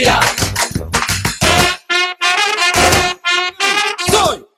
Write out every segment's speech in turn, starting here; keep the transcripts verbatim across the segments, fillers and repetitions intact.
via. Soy.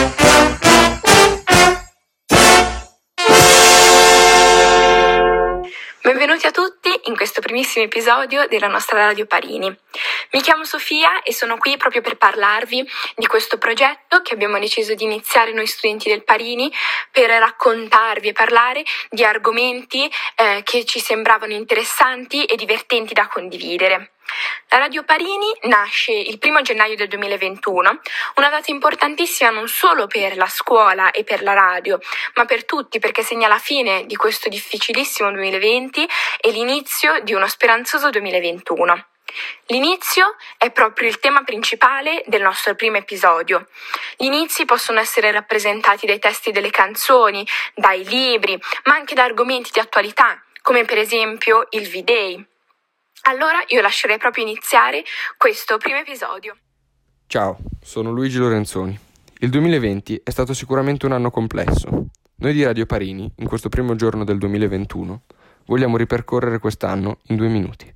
Benvenuti a tutti in questo primissimo episodio della nostra Radio Parini. Mi chiamo Sofia e sono qui proprio per parlarvi di questo progetto che abbiamo deciso di iniziare noi studenti del Parini per raccontarvi e parlare di argomenti eh, che ci sembravano interessanti e divertenti da condividere. La Radio Parini nasce il primo gennaio del duemilaventuno, una data importantissima non solo per la scuola e per la radio, ma per tutti, perché segna la fine di questo difficilissimo duemilaventi e l'inizio di uno speranzoso duemilaventuno. L'inizio è proprio il tema principale del nostro primo episodio. Gli inizi possono essere rappresentati dai testi delle canzoni, dai libri, ma anche da argomenti di attualità, come per esempio il V-Day. Allora io lascerei proprio iniziare questo primo episodio. Ciao, sono Luigi Lorenzoni. Il duemilaventi è stato sicuramente un anno complesso. Noi di Radio Parini, in questo primo giorno del duemilaventuno, vogliamo ripercorrere quest'anno in due minuti.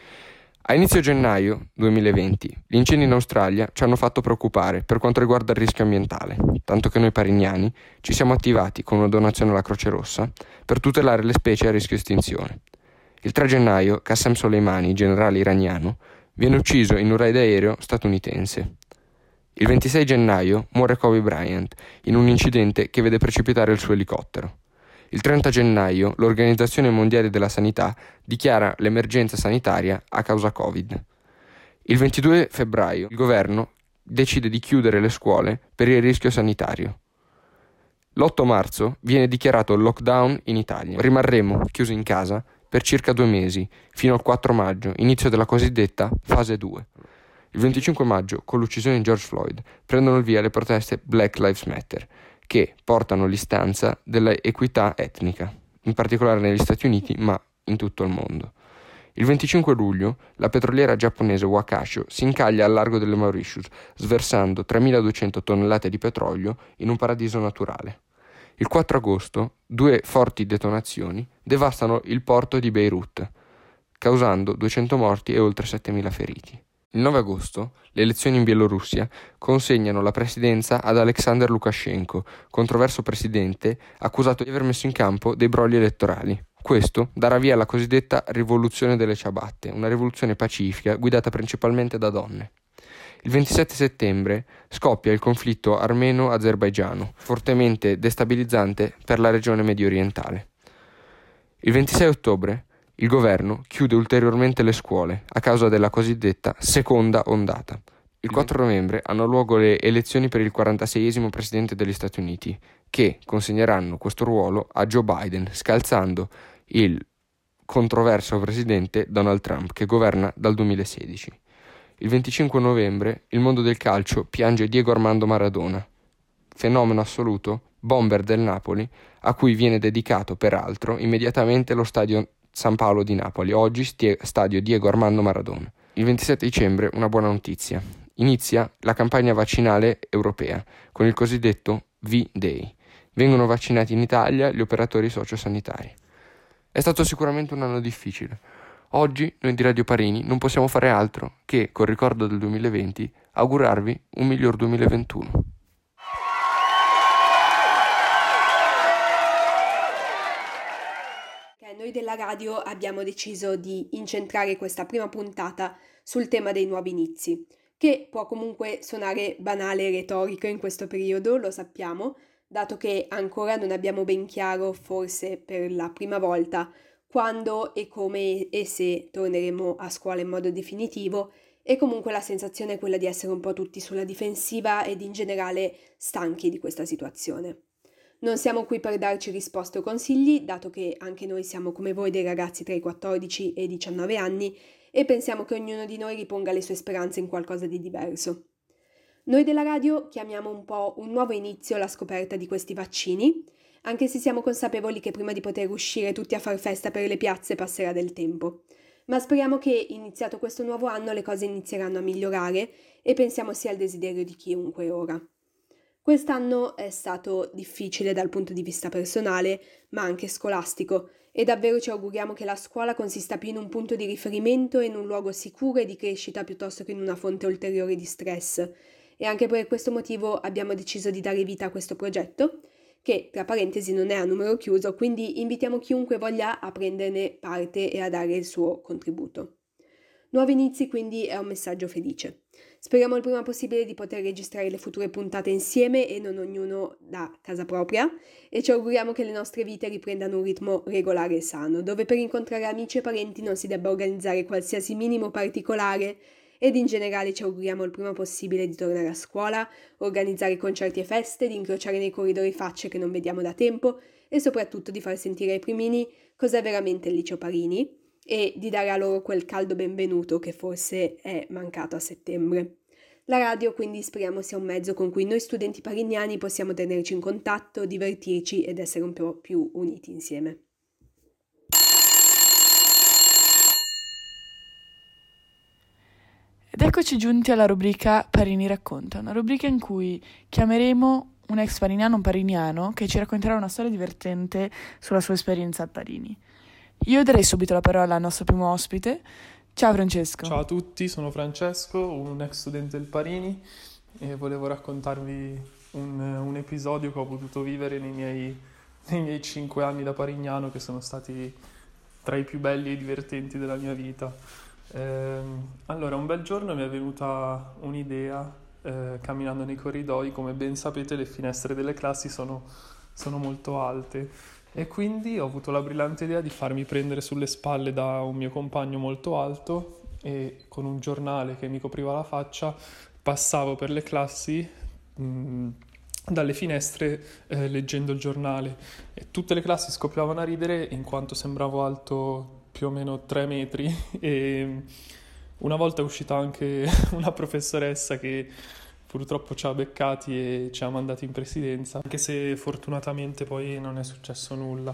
A inizio gennaio duemilaventi, gli incendi in Australia ci hanno fatto preoccupare per quanto riguarda il rischio ambientale, tanto che noi pariniani ci siamo attivati con una donazione alla Croce Rossa per tutelare le specie a rischio estinzione. Il tre gennaio Qasem Soleimani, generale iraniano, viene ucciso in un raid aereo statunitense. Il ventisei gennaio muore Kobe Bryant in un incidente che vede precipitare il suo elicottero. Il trenta gennaio l'Organizzazione Mondiale della Sanità dichiara l'emergenza sanitaria a causa Covid. Il ventidue febbraio il governo decide di chiudere le scuole per il rischio sanitario. L'otto marzo viene dichiarato il lockdown in Italia. Rimarremo chiusi in casa per circa due mesi, fino al quattro maggio, inizio della cosiddetta fase due. Il venticinque maggio, con l'uccisione di George Floyd, prendono il via le proteste Black Lives Matter, che portano l'istanza dell'equità etnica, in particolare negli Stati Uniti, ma in tutto il mondo. Il venticinque luglio, la petroliera giapponese Wakasho si incaglia al largo delle Mauritius, sversando tremiladuecento tonnellate di petrolio in un paradiso naturale. Il quattro agosto, due forti detonazioni devastano il porto di Beirut, causando duecento morti e oltre settemila feriti. Il nove agosto, le elezioni in Bielorussia consegnano la presidenza ad Alexander Lukashenko, controverso presidente accusato di aver messo in campo dei brogli elettorali. Questo darà via alla cosiddetta rivoluzione delle ciabatte, una rivoluzione pacifica guidata principalmente da donne. Il ventisette settembre scoppia il conflitto armeno-azerbaigiano, fortemente destabilizzante per la regione mediorientale. Il ventisei ottobre il governo chiude ulteriormente le scuole a causa della cosiddetta seconda ondata. Il quattro novembre hanno luogo le elezioni per il quarantaseiesimo presidente degli Stati Uniti, che consegneranno questo ruolo a Joe Biden, scalzando il controverso presidente Donald Trump, che governa dal duemilasedici. Il venticinque novembre il mondo del calcio piange Diego Armando Maradona, fenomeno assoluto, bomber del Napoli, a cui viene dedicato peraltro immediatamente lo stadio San Paolo di Napoli, oggi stie- stadio Diego Armando Maradona. Il ventisette dicembre una buona notizia. Inizia la campagna vaccinale europea con il cosiddetto V-Day. Vengono vaccinati in Italia gli operatori sociosanitari. È stato sicuramente un anno difficile. Oggi noi di Radio Parini non possiamo fare altro che, col ricordo del duemilaventi, augurarvi un miglior duemilaventuno. Noi della radio abbiamo deciso di incentrare questa prima puntata sul tema dei nuovi inizi, che può comunque suonare banale e retorico in questo periodo, lo sappiamo, dato che ancora non abbiamo ben chiaro, forse per la prima volta, quando e come e se torneremo a scuola in modo definitivo, e comunque la sensazione è quella di essere un po' tutti sulla difensiva ed in generale stanchi di questa situazione. Non siamo qui per darci risposte o consigli, dato che anche noi siamo come voi dei ragazzi tra i quattordici e i diciannove anni e pensiamo che ognuno di noi riponga le sue speranze in qualcosa di diverso. Noi della radio chiamiamo un po' un nuovo inizio la scoperta di questi vaccini, anche se siamo consapevoli che prima di poter uscire tutti a far festa per le piazze passerà del tempo. Ma speriamo che, iniziato questo nuovo anno, le cose inizieranno a migliorare e pensiamo sia il desiderio di chiunque ora. Quest'anno è stato difficile dal punto di vista personale, ma anche scolastico, e davvero ci auguriamo che la scuola consista più in un punto di riferimento e in un luogo sicuro e di crescita piuttosto che in una fonte ulteriore di stress. E anche per questo motivo abbiamo deciso di dare vita a questo progetto, che tra parentesi non è a numero chiuso, quindi invitiamo chiunque voglia a prenderne parte e a dare il suo contributo. Nuovi inizi quindi è un messaggio felice. Speriamo il prima possibile di poter registrare le future puntate insieme e non ognuno da casa propria, e ci auguriamo che le nostre vite riprendano un ritmo regolare e sano, dove per incontrare amici e parenti non si debba organizzare qualsiasi minimo particolare, ed in generale ci auguriamo il prima possibile di tornare a scuola, organizzare concerti e feste, di incrociare nei corridoi facce che non vediamo da tempo e soprattutto di far sentire ai primini cos'è veramente il Liceo Parini e di dare a loro quel caldo benvenuto che forse è mancato a settembre. La radio quindi speriamo sia un mezzo con cui noi studenti pariniani possiamo tenerci in contatto, divertirci ed essere un po' più uniti insieme. Ed eccoci giunti alla rubrica Parini racconta, una rubrica in cui chiameremo un ex pariniano, un pariniano, che ci racconterà una storia divertente sulla sua esperienza al Parini. Io darei subito la parola al nostro primo ospite. Ciao Francesco. Ciao a tutti, sono Francesco, un ex studente del Parini e volevo raccontarvi un, un episodio che ho potuto vivere nei miei, nei miei cinque anni da parignano, che sono stati tra i più belli e divertenti della mia vita. Eh, allora, un bel giorno mi è venuta un'idea eh, camminando nei corridoi. Come ben sapete, le finestre delle classi sono, sono molto alte e quindi ho avuto la brillante idea di farmi prendere sulle spalle da un mio compagno molto alto e con un giornale che mi copriva la faccia passavo per le classi mh, dalle finestre eh, leggendo il giornale, e tutte le classi scoppiavano a ridere in quanto sembravo alto più o meno tre metri, e una volta è uscita anche una professoressa che purtroppo ci ha beccati e ci ha mandati in presidenza, anche se fortunatamente poi non è successo nulla.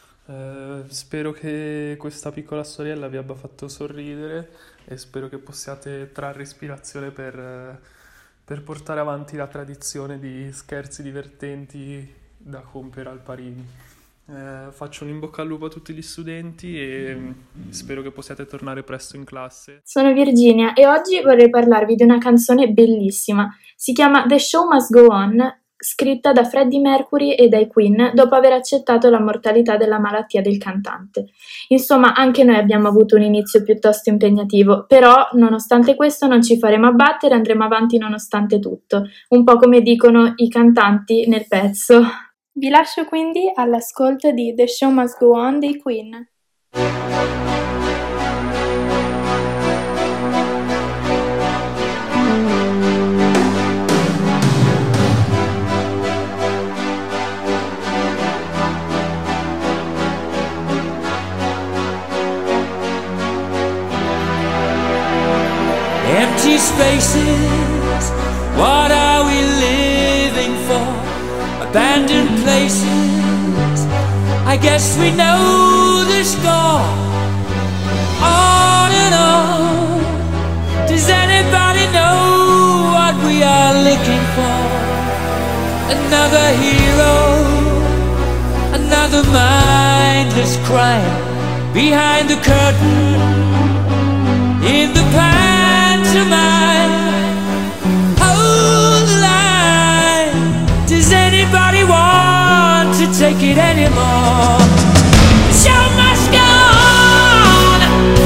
Eh, spero che questa piccola storiella vi abbia fatto sorridere e spero che possiate trarre ispirazione per, per portare avanti la tradizione di scherzi divertenti da compiere al Parini. Eh, faccio un in bocca al lupo a tutti gli studenti e spero che possiate tornare presto in classe. Sono Virginia e oggi vorrei parlarvi di una canzone bellissima. Si chiama The Show Must Go On, scritta da Freddie Mercury e dai Queen dopo aver accettato la mortalità della malattia del cantante. Insomma, anche noi abbiamo avuto un inizio piuttosto impegnativo, però nonostante questo non ci faremo abbattere, andremo avanti nonostante tutto, un po' come dicono i cantanti nel pezzo. Vi lascio quindi all'ascolto di The Show Must Go On dei Queen. Empty spaces, what are we living for? Abandoned places, I guess we know the score. On and on, does anybody know what we are looking for? Another hero, another mindless crime behind the curtain, in the pantomime. Hold the line, does anybody want to take it anymore? The show must go on.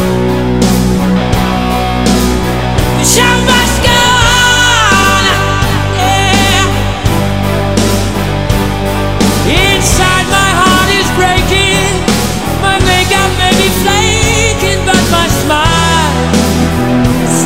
The show must go on. Yeah. Inside my heart is breaking, my makeup may be flaking, but my smile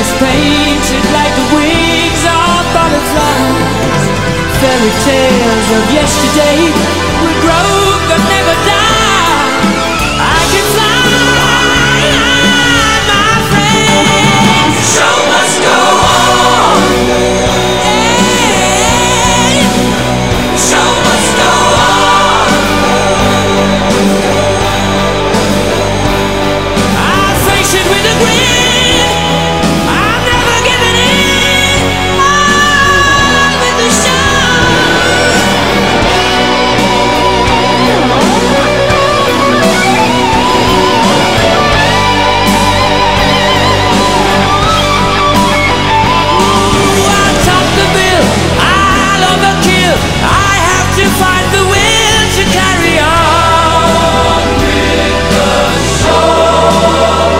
is painted like the wings of butterflies. Fairy tales of yesterday will grow but never die. I can fly, my friend. Show must go on. Hey, show must go on. I face it with a grin. I'm never giving in. On with the show. Find the will to carry on with the show.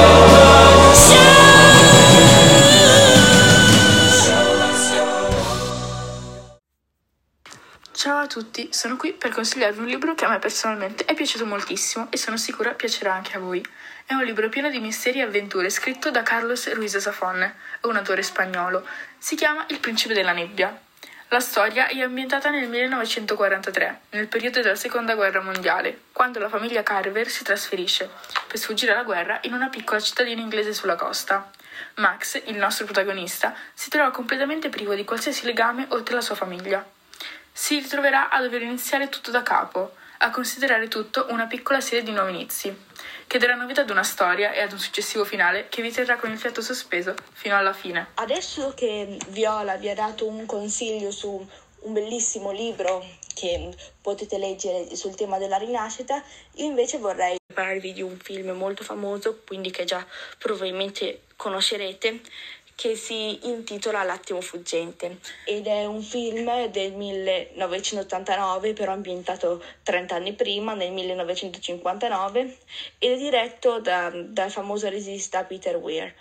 Ciao a tutti, sono qui per consigliarvi un libro che a me personalmente è piaciuto moltissimo e sono sicura piacerà anche a voi. È un libro pieno di misteri e avventure scritto da Carlos Ruiz Zafón, un autore spagnolo. Si chiama Il principe della nebbia. La storia è ambientata nel millenovecentoquarantatré, nel periodo della Seconda Guerra Mondiale, quando la famiglia Carver si trasferisce, per sfuggire alla guerra, in una piccola cittadina inglese sulla costa. Max, il nostro protagonista, si trova completamente privo di qualsiasi legame oltre la sua famiglia. Si ritroverà a dover iniziare tutto da capo, a considerare tutto una piccola serie di nuovi inizi, che daranno vita ad una storia e ad un successivo finale che vi terrà con il fiato sospeso fino alla fine. Adesso che Viola vi ha dato un consiglio su un bellissimo libro che potete leggere sul tema della rinascita, io invece vorrei parlarvi di un film molto famoso, quindi che già probabilmente conoscerete, che si intitola L'attimo fuggente ed è un film del millenovecentottantanove, però ambientato trenta anni prima, nel millenovecentocinquantanove, ed è diretto da, dal famoso regista Peter Weir.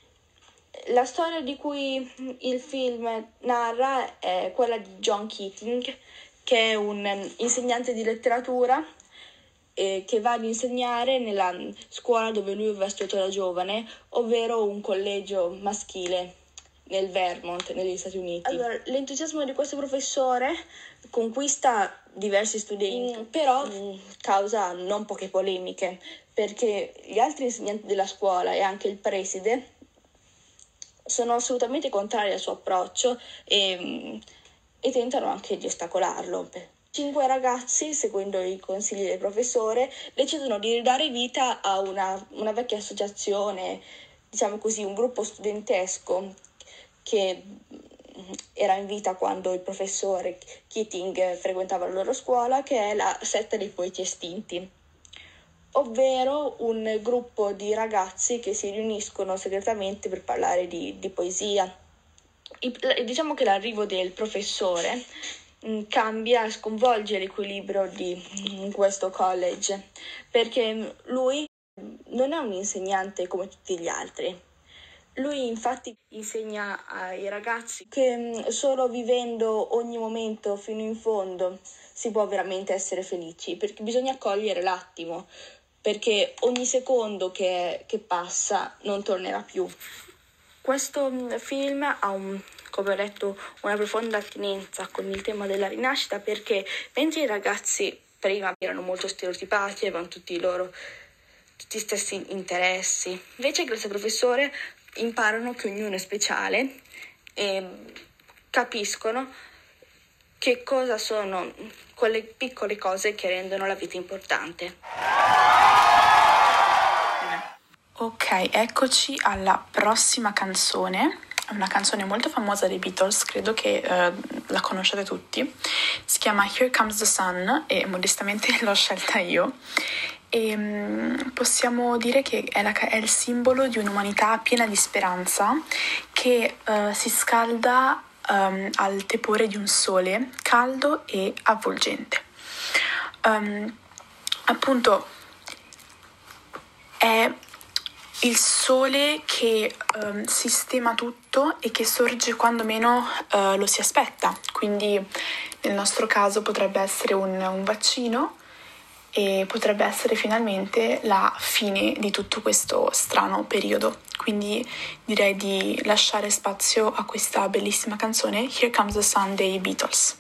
La storia di cui il film narra è quella di John Keating, che è un insegnante di letteratura eh, che va ad insegnare nella scuola dove lui aveva studiato da giovane, ovvero un collegio maschile nel Vermont, negli Stati Uniti. Allora, l'entusiasmo di questo professore conquista diversi studenti, però causa non poche polemiche, perché gli altri insegnanti della scuola e anche il preside sono assolutamente contrari al suo approccio e, e tentano anche di ostacolarlo. Cinque ragazzi, seguendo i consigli del professore, decidono di ridare vita a una, una vecchia associazione, diciamo così, un gruppo studentesco che era in vita quando il professore Keating frequentava la loro scuola, che è la setta dei poeti estinti, ovvero un gruppo di ragazzi che si riuniscono segretamente per parlare di, di poesia. I, diciamo che l'arrivo del professore mh, cambia, sconvolge l'equilibrio di mh, questo college, perché lui non è un insegnante come tutti gli altri. Lui infatti insegna ai ragazzi che mh, solo vivendo ogni momento fino in fondo si può veramente essere felici, perché bisogna cogliere l'attimo, perché ogni secondo che, che passa non tornerà più. Questo film ha, un, come ho detto, una profonda attinenza con il tema della rinascita, perché mentre i ragazzi prima erano molto stereotipati, avevano tutti i loro tutti gli stessi interessi, invece grazie al professore imparano che ognuno è speciale e capiscono che cosa sono quelle piccole cose che rendono la vita importante. Ok, eccoci alla prossima canzone. È una canzone molto famosa dei Beatles, credo che eh, la conosciate tutti. Si chiama Here Comes the Sun e modestamente l'ho scelta io. E um, possiamo dire che è, la, è il simbolo di un'umanità piena di speranza che uh, si scalda um, al tepore di un sole caldo e avvolgente. Um, appunto è il sole che um, sistema tutto e che sorge quando meno uh, lo si aspetta, quindi nel nostro caso potrebbe essere un, un vaccino e potrebbe essere finalmente la fine di tutto questo strano periodo. quindi direi di lasciare spazio a questa bellissima canzone Here Comes the Sun dei Beatles.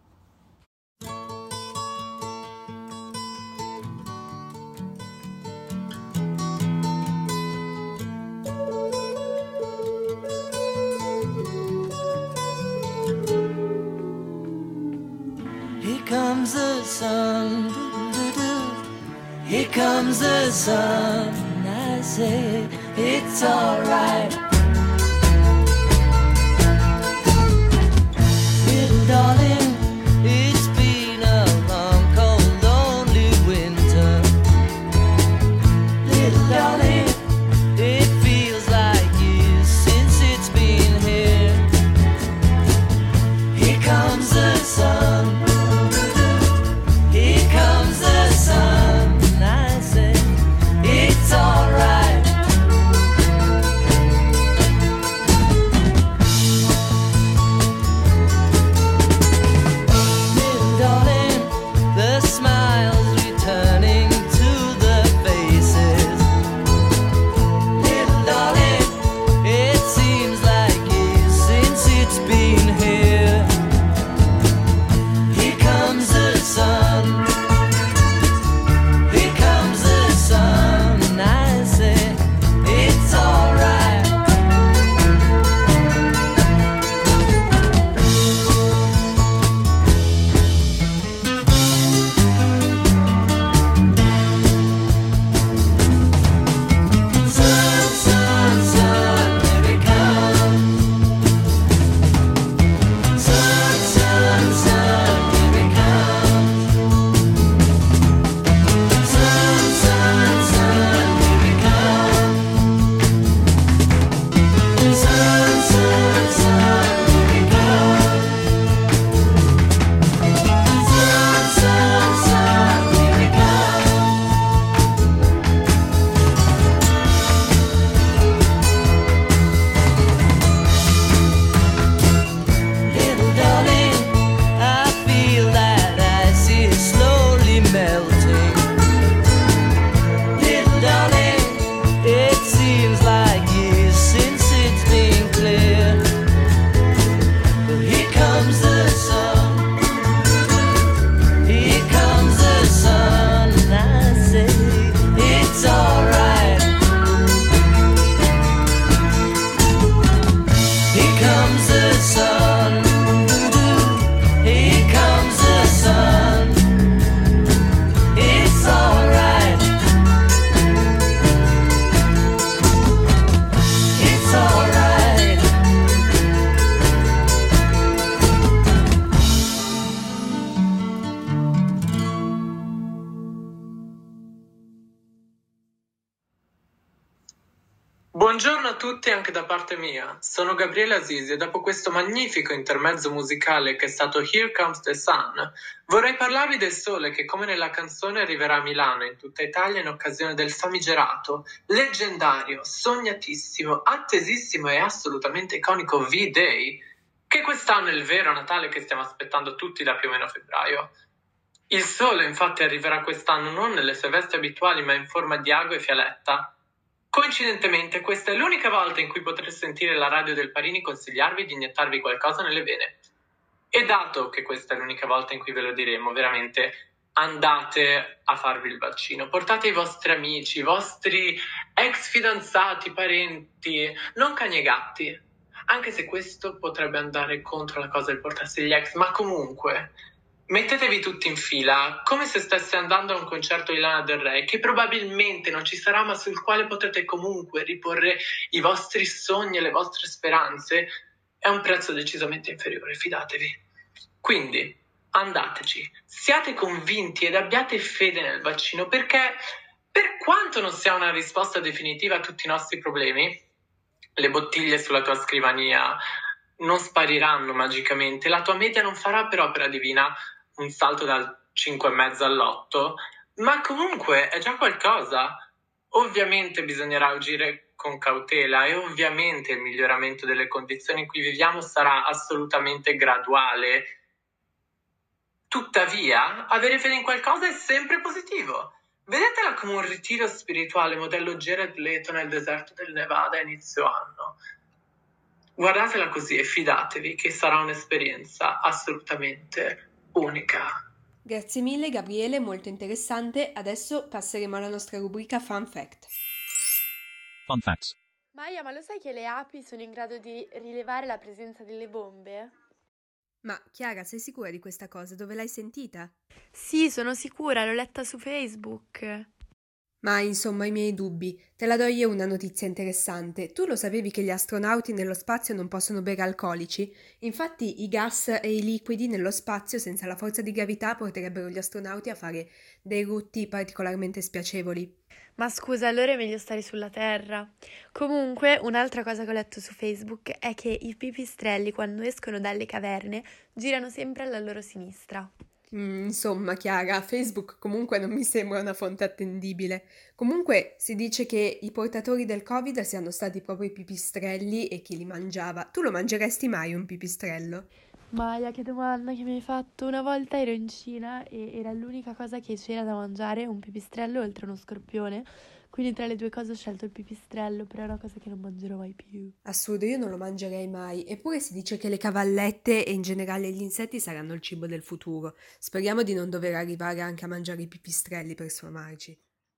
Here comes the sun, doo-doo-doo. Here comes the sun, I say it's alright. Little darling, it's been a long, cold, lonely winter. Little darling, it feels like years since it's been here. Here comes the sun. Here comes the sun, I say it's alright. Little darling, the smiles returning to the faces. Little darling, it seems like years since it's been here. Here comes the sun. Here comes the sun, I say it's alright. Sun, sun, sun, here it comes. Sun, sun, sun, here it comes. Sun, sun, sun, here it comes. Sun, sun, sun, here it comes. Sun, sun, sun, here it comes. Little darling, I feel that ice is slowly melting. Little darling, it seems like years since it's been clear. But here comes the sun. Here comes the sun, and I say it's alright. Here comes the sun. Here comes the sun. It's alright. It's alright. Buongiorno a tutti anche da parte mia, sono Gabriele Asisi e dopo questo magnifico intermezzo musicale che è stato Here Comes the Sun, vorrei parlarvi del sole che come nella canzone arriverà a Milano, in tutta Italia, in occasione del famigerato, leggendario, sognatissimo, attesissimo e assolutamente iconico V-Day, che quest'anno è il vero Natale che stiamo aspettando tutti da più o meno febbraio. Il sole infatti arriverà quest'anno non nelle sue vesti abituali ma in forma di ago e fialetta. Coincidentemente questa è l'unica volta in cui potrete sentire la radio del Parini consigliarvi di iniettarvi qualcosa nelle vene. E dato che questa è l'unica volta in cui ve lo diremo, veramente andate a farvi il vaccino. Portate i vostri amici, i vostri ex fidanzati, parenti, non cani e gatti. Anche se questo potrebbe andare contro la cosa del portarsi gli ex, ma comunque mettetevi tutti in fila, come se stesse andando a un concerto di Lana Del Rey, che probabilmente non ci sarà, ma sul quale potrete comunque riporre i vostri sogni e le vostre speranze. È un prezzo decisamente inferiore, fidatevi. Quindi andateci, siate convinti ed abbiate fede nel vaccino, perché per quanto non sia una risposta definitiva a tutti i nostri problemi, le bottiglie sulla tua scrivania non spariranno magicamente, la tua media non farà per opera divina un salto dal cinque e mezzo all'otto, ma comunque è già qualcosa. Ovviamente bisognerà agire con cautela e ovviamente il miglioramento delle condizioni in cui viviamo sarà assolutamente graduale. Tuttavia, avere fede in qualcosa è sempre positivo. Vedetela come un ritiro spirituale modello Jared Leto nel deserto del Nevada a inizio anno. Guardatela così e fidatevi che sarà un'esperienza assolutamente unica. Grazie mille Gabriele, molto interessante. Adesso passeremo alla nostra rubrica Fun Fact. Fun Facts. Maya, ma lo sai che le api sono in grado di rilevare la presenza delle bombe? Ma Chiara, sei sicura di questa cosa? Dove l'hai sentita? Sì, sono sicura, l'ho letta su Facebook. Ma insomma, i miei dubbi. Te la do io una notizia interessante. Tu lo sapevi che gli astronauti nello spazio non possono bere alcolici? Infatti i gas e i liquidi nello spazio senza la forza di gravità porterebbero gli astronauti a fare dei rutti particolarmente spiacevoli. Ma scusa, allora è meglio stare sulla Terra. Comunque, un'altra cosa che ho letto su Facebook è che i pipistrelli quando escono dalle caverne girano sempre alla loro sinistra. Mm, insomma, Chiara, Facebook comunque non mi sembra una fonte attendibile. Comunque si dice che i portatori del Covid siano stati proprio i pipistrelli e chi li mangiava. Tu lo mangeresti mai un pipistrello? Maya, che domanda che mi hai fatto. Una volta ero in Cina e era l'unica cosa che c'era da mangiare, un pipistrello oltre uno scorpione. Quindi tra le due cose ho scelto il pipistrello, però è una cosa che non mangerò mai più. Assurdo, io non lo mangerei mai. Eppure si dice che le cavallette e in generale gli insetti saranno il cibo del futuro. Speriamo di non dover arrivare anche a mangiare i pipistrelli per sfamarci.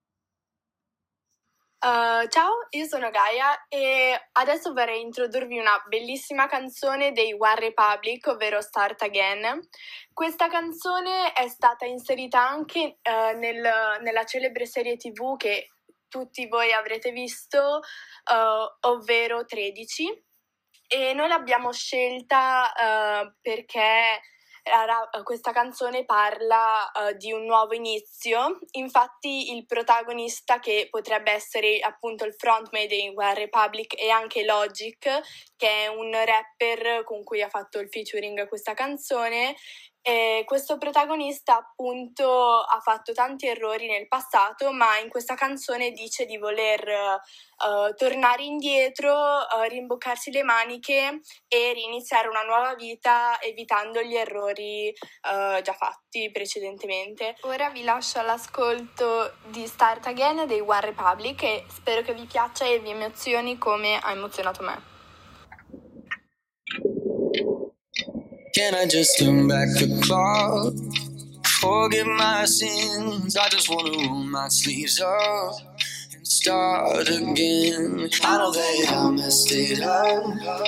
Uh, ciao, io sono Gaia e adesso vorrei introdurvi una bellissima canzone dei One Republic, ovvero Start Again. Questa canzone è stata inserita anche uh, nel, nella celebre serie tivù che tutti voi avrete visto, uh, ovvero tredici, e noi l'abbiamo scelta uh, perché questa canzone parla uh, di un nuovo inizio. Infatti il protagonista, che potrebbe essere appunto il frontman dei One Republic, e anche Logic, che è un rapper con cui ha fatto il featuring a questa canzone. E questo protagonista appunto ha fatto tanti errori nel passato, ma in questa canzone dice di voler uh, tornare indietro, uh, rimboccarsi le maniche e riniziare una nuova vita evitando gli errori uh, già fatti precedentemente. Ora vi lascio all'ascolto di Start Again dei One Republic e spero che vi piaccia e vi emozioni come ha emozionato me. Can I just turn back the clock? Forget my sins. I just wanna roll my sleeves up and start again. I know that I messed it up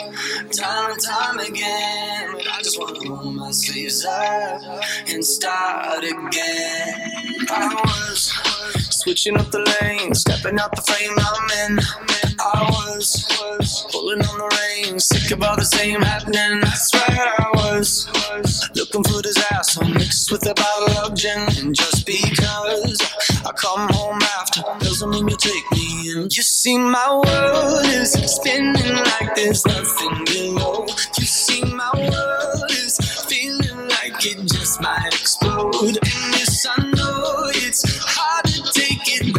time and time again, but I just wanna roll my sleeves up and start again. I was switching up the lanes, stepping out the frame I'm in. I was, was pulling on the reins, sick of all the same happening. That's right, I was, was looking for disaster mixed with a bottle of gin. And just because I come home after doesn't mean you take me in. You see, my world is spinning like there's nothing below. You see, my world is feeling like it just might explode. And yes, I know it's hard to take it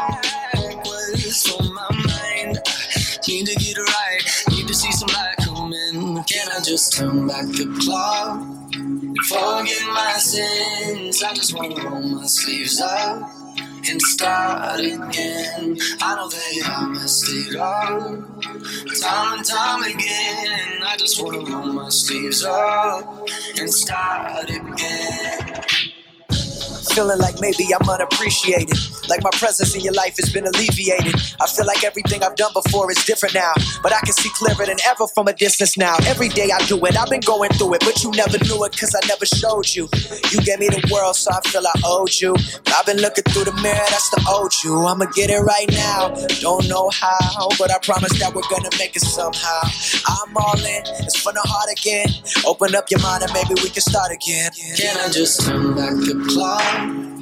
backwards from my mind. Need to get it right, need to see some light come in. Can I just turn back the clock and forget my sins? I just wanna roll my sleeves up and start again. I know that I messed it up time and time again. I just wanna roll my sleeves up and start again. Feeling like maybe I'm unappreciated, like my presence in your life has been alleviated. I feel like everything I've done before is different now, but I can see clearer than ever from a distance now. Every day I do it, I've been going through it, but you never knew it cause I never showed you. You gave me the world so I feel I owed you, but I've been looking through the mirror, that's the old you. I'ma get it right now, don't know how, but I promise that we're gonna make it somehow. I'm all in, it's from the heart again. Open up your mind and maybe we can start again. Can I just turn back the clock?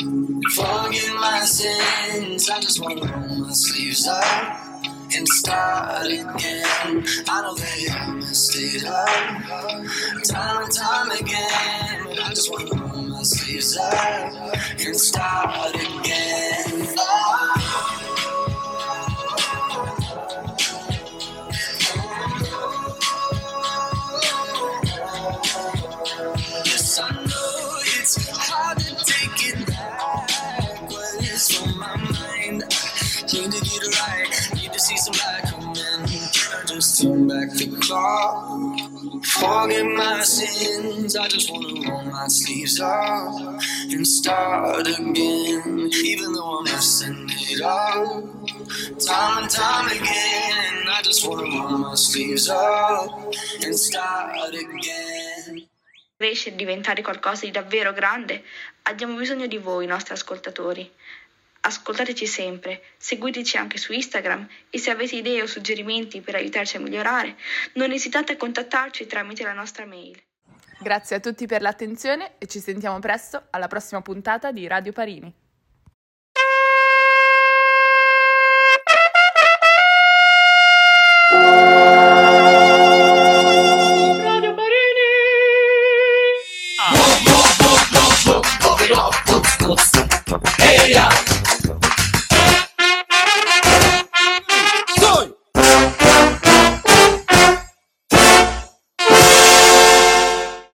Forget my sins. I just wanna roll my sleeves up and start again. I know that I messed it up time and time again, but I just wanna roll my sleeves up and start again. Oh. Yes, I know it's hard to take it backwards from clock. Forget my sins, I just wanna roll my sleeves up and start again, even though I'm messing it up. Time and time again, I just wanna roll my sleeves up and start again. Crescere e diventare qualcosa di davvero grande, abbiamo bisogno di voi, nostri ascoltatori. Ascoltateci sempre, seguiteci anche su Instagram e se avete idee o suggerimenti per aiutarci a migliorare, non esitate a contattarci tramite la nostra mail. Grazie a tutti per l'attenzione e ci sentiamo presto alla prossima puntata di Radio Parini.